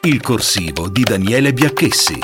Il corsivo di Daniele Biacchessi.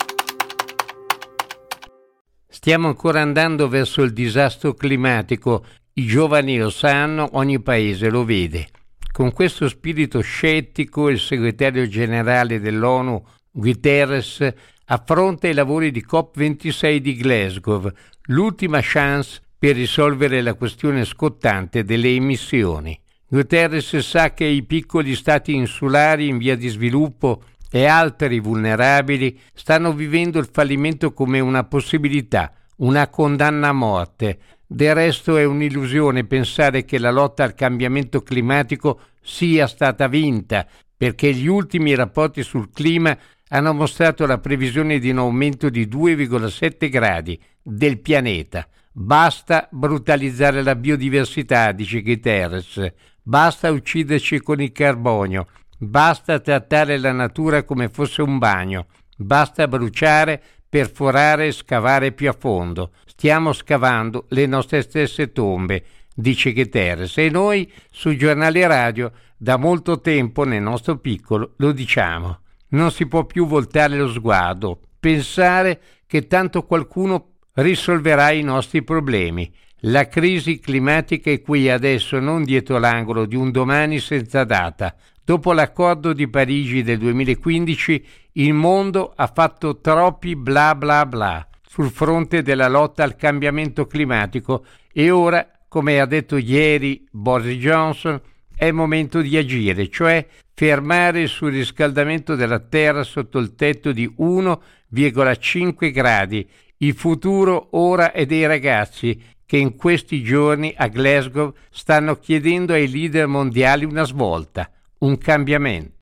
Stiamo ancora andando verso il disastro climatico. I giovani lo sanno, ogni paese lo vede. Con questo spirito scettico il segretario generale dell'ONU, Guterres, affronta i lavori di COP26 di Glasgow, l'ultima chance per risolvere la questione scottante delle emissioni. Guterres sa che i piccoli stati insulari in via di sviluppo e altri vulnerabili stanno vivendo il fallimento come una possibilità, una condanna a morte. Del resto è un'illusione pensare che la lotta al cambiamento climatico sia stata vinta, perché gli ultimi rapporti sul clima hanno mostrato la previsione di un aumento di 2,7 gradi del pianeta. Basta brutalizzare la biodiversità, dice Guterres. Basta ucciderci con il carbonio. Basta trattare la natura come fosse un bagno. Basta bruciare, perforare e scavare più a fondo. Stiamo scavando le nostre stesse tombe, dice Guterres. E noi, sui giornali radio, da molto tempo nel nostro piccolo, lo diciamo. Non si può più voltare lo sguardo, pensare che tanto qualcuno risolverà i nostri problemi. La crisi climatica è qui adesso, non dietro l'angolo di un domani senza data. Dopo l'accordo di Parigi del 2015, il mondo ha fatto troppi bla bla bla sul fronte della lotta al cambiamento climatico e ora, come ha detto ieri Boris Johnson, è il momento di agire, cioè fermare il surriscaldamento della Terra sotto il tetto di 1,5 gradi. Il futuro ora è dei ragazzi che in questi giorni a Glasgow stanno chiedendo ai leader mondiali una svolta, un cambiamento.